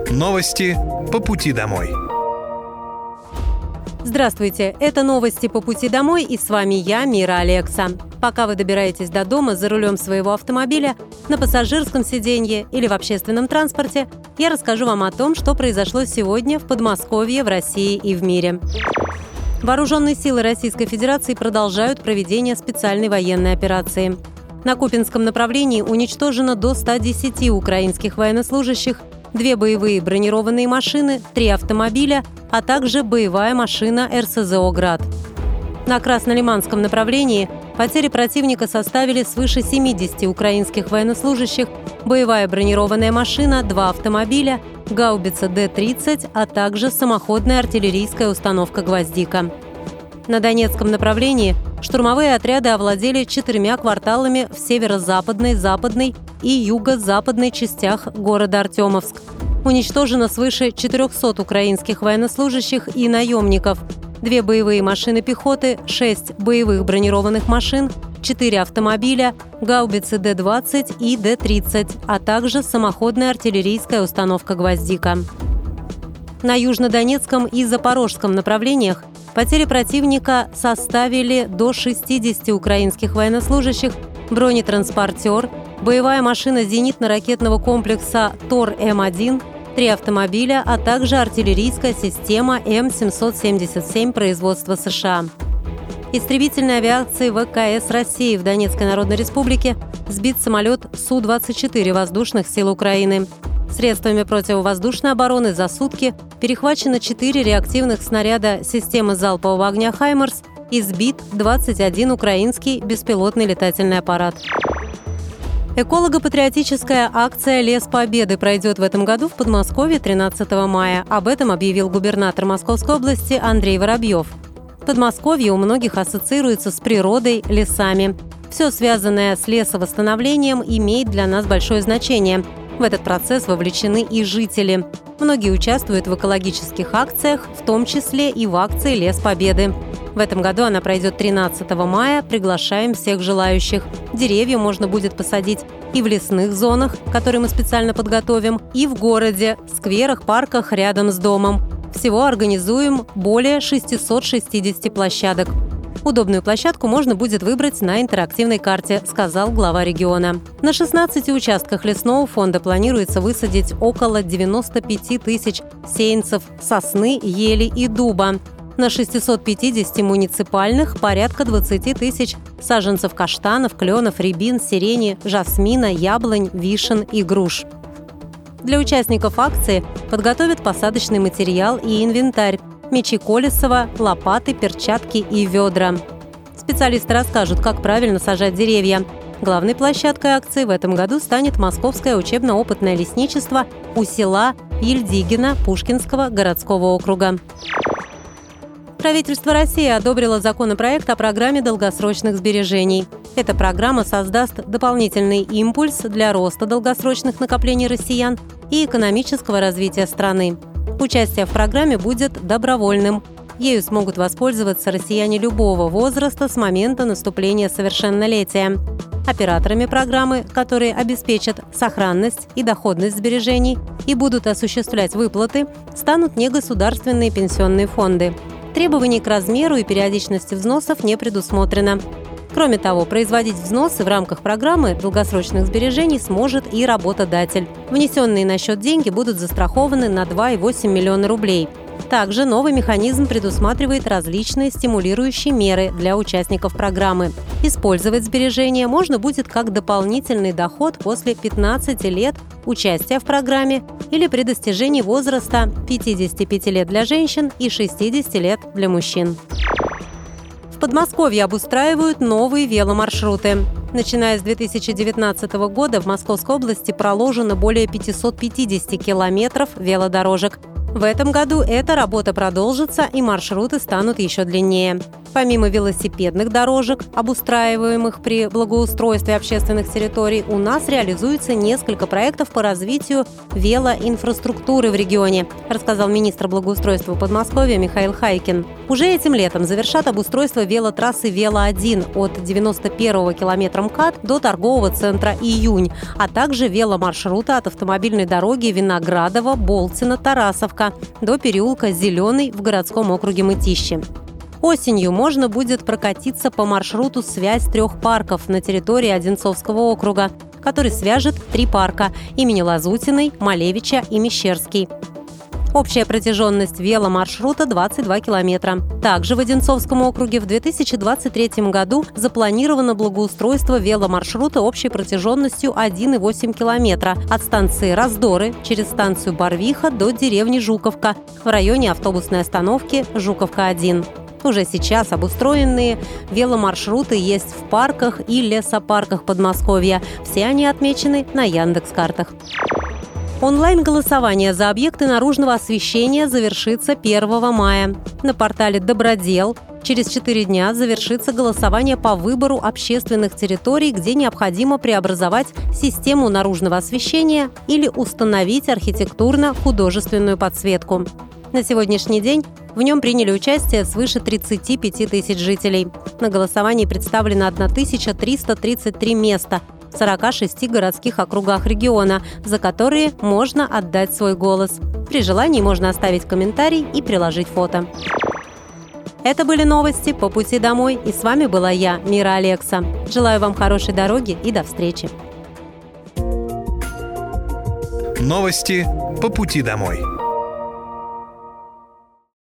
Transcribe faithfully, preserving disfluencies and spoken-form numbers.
Новости по пути домой. Здравствуйте, это новости по пути домой, и с вами я, Мира Алекса. Пока вы добираетесь до дома за рулем своего автомобиля, на пассажирском сиденье или в общественном транспорте, я расскажу вам о том, что произошло сегодня в Подмосковье, в России и в мире. Вооруженные силы Российской Федерации продолжают проведение специальной военной операции. На Купинском направлении уничтожено до ста десяти украинских военнослужащих, две боевые бронированные машины, три автомобиля, а также боевая машина эр эс зэ о «Град». На Краснолиманском направлении потери противника составили свыше семидесяти украинских военнослужащих, боевая бронированная машина, два автомобиля, гаубица дэ тридцать, а также самоходная артиллерийская установка «Гвоздика». На Донецком направлении штурмовые отряды овладели четырьмя кварталами в северо-западной, западной и юго-западной частях города Артемовск. Уничтожено свыше четырехсот украинских военнослужащих и наемников, две боевые машины пехоты, шесть боевых бронированных машин, четыре автомобиля, гаубицы дэ двадцать и дэ тридцать, а также самоходная артиллерийская установка «Гвоздика». На Южнодонецком и Запорожском направлениях потери противника составили до шестидесяти украинских военнослужащих, бронетранспортер, боевая машина зенитно-ракетного комплекса Тор эм один, три автомобиля, а также артиллерийская система эм семьсот семьдесят семь производства США. Истребительной авиации вэ ка эс России в Донецкой Народной Республике сбит самолет Су двадцать четыре воздушных сил Украины. Средствами противовоздушной обороны за сутки перехвачено четыре реактивных снаряда системы залпового огня «Хаймерс» и сбит двадцать один украинский беспилотный летательный аппарат. Эколого-патриотическая акция «Лес Победы» пройдет в этом году в Подмосковье тринадцатого мая. Об этом объявил губернатор Московской области Андрей Воробьев. Подмосковье у многих ассоциируется с природой, лесами. Все связанное с лесовосстановлением имеет для нас большое значение. В этот процесс вовлечены и жители. Многие участвуют в экологических акциях, в том числе и в акции «Лес Победы». В этом году она пройдет тринадцатого мая. Приглашаем всех желающих. Деревья можно будет посадить и в лесных зонах, которые мы специально подготовим, и в городе, скверах, парках рядом с домом. Всего организуем более шестисот шестидесяти площадок. Удобную площадку можно будет выбрать на интерактивной карте, сказал глава региона. На шестнадцати участках лесного фонда планируется высадить около девяноста пяти тысяч сеянцев сосны, ели и дуба. На шестистах пятидесяти муниципальных порядка двадцати тысяч саженцев каштанов, кленов, рябин, сирени, жасмина, яблонь, вишен и груш. Для участников акции подготовят посадочный материал и инвентарь: мечи Колесова, лопаты, перчатки и ведра. Специалисты расскажут, как правильно сажать деревья. Главной площадкой акции в этом году станет Московское учебно-опытное лесничество у села Ельдигино Пушкинского городского округа. Правительство России одобрило законопроект о программе долгосрочных сбережений. Эта программа создаст дополнительный импульс для роста долгосрочных накоплений россиян и экономического развития страны. Участие в программе будет добровольным. Ею смогут воспользоваться россияне любого возраста с момента наступления совершеннолетия. Операторами программы, которые обеспечат сохранность и доходность сбережений и будут осуществлять выплаты, станут негосударственные пенсионные фонды. Требований к размеру и периодичности взносов не предусмотрено. Кроме того, производить взносы в рамках программы долгосрочных сбережений сможет и работодатель. Внесенные на счет деньги будут застрахованы на два целых восемь десятых миллиона рублей. Также новый механизм предусматривает различные стимулирующие меры для участников программы. Использовать сбережения можно будет как дополнительный доход после пятнадцати лет участия в программе или при достижении возраста пятидесяти пяти лет для женщин и шестидесяти лет для мужчин. В Подмосковье обустраивают новые веломаршруты. Начиная с две тысячи девятнадцатого года в Московской области проложено более пятисот пятидесяти километров велодорожек. В этом году эта работа продолжится, и маршруты станут еще длиннее. Помимо велосипедных дорожек, обустраиваемых при благоустройстве общественных территорий, у нас реализуется несколько проектов по развитию велоинфраструктуры в регионе, рассказал министр благоустройства Подмосковья Михаил Хайкин. Уже этим летом завершат обустройство велотрассы Вело один от девяносто первого километра МКАД до торгового центра Июнь, а также веломаршрута от автомобильной дороги Виноградово, Болтино, Тарасовка до переулка Зеленый в городском округе Мытищи. Осенью можно будет прокатиться по маршруту «Связь трех парков» на территории Одинцовского округа, который свяжет три парка – имени Лазутиной, Малевича и Мещерский. Общая протяженность веломаршрута – двадцать два километра. Также в Одинцовском округе в две тысячи двадцать третьем году запланировано благоустройство веломаршрута общей протяженностью один и восемь километра от станции Раздоры через станцию Барвиха до деревни Жуковка в районе автобусной остановки Жуковка один. Уже сейчас обустроенные веломаршруты есть в парках и лесопарках Подмосковья. Все они отмечены на Яндекс.Картах. Онлайн-голосование за объекты наружного освещения завершится первого мая. На портале «Добродел» через четыре дня завершится голосование по выбору общественных территорий, где необходимо преобразовать систему наружного освещения или установить архитектурно-художественную подсветку. На сегодняшний день в нем приняли участие свыше тридцати пяти тысяч жителей. На голосовании представлено тысяча триста тридцать три места в сорока шести городских округах региона, за которые можно отдать свой голос. При желании можно оставить комментарий и приложить фото. Это были новости по пути домой, и с вами была я, Мира Алекса. Желаю вам хорошей дороги и до встречи. Новости по пути домой.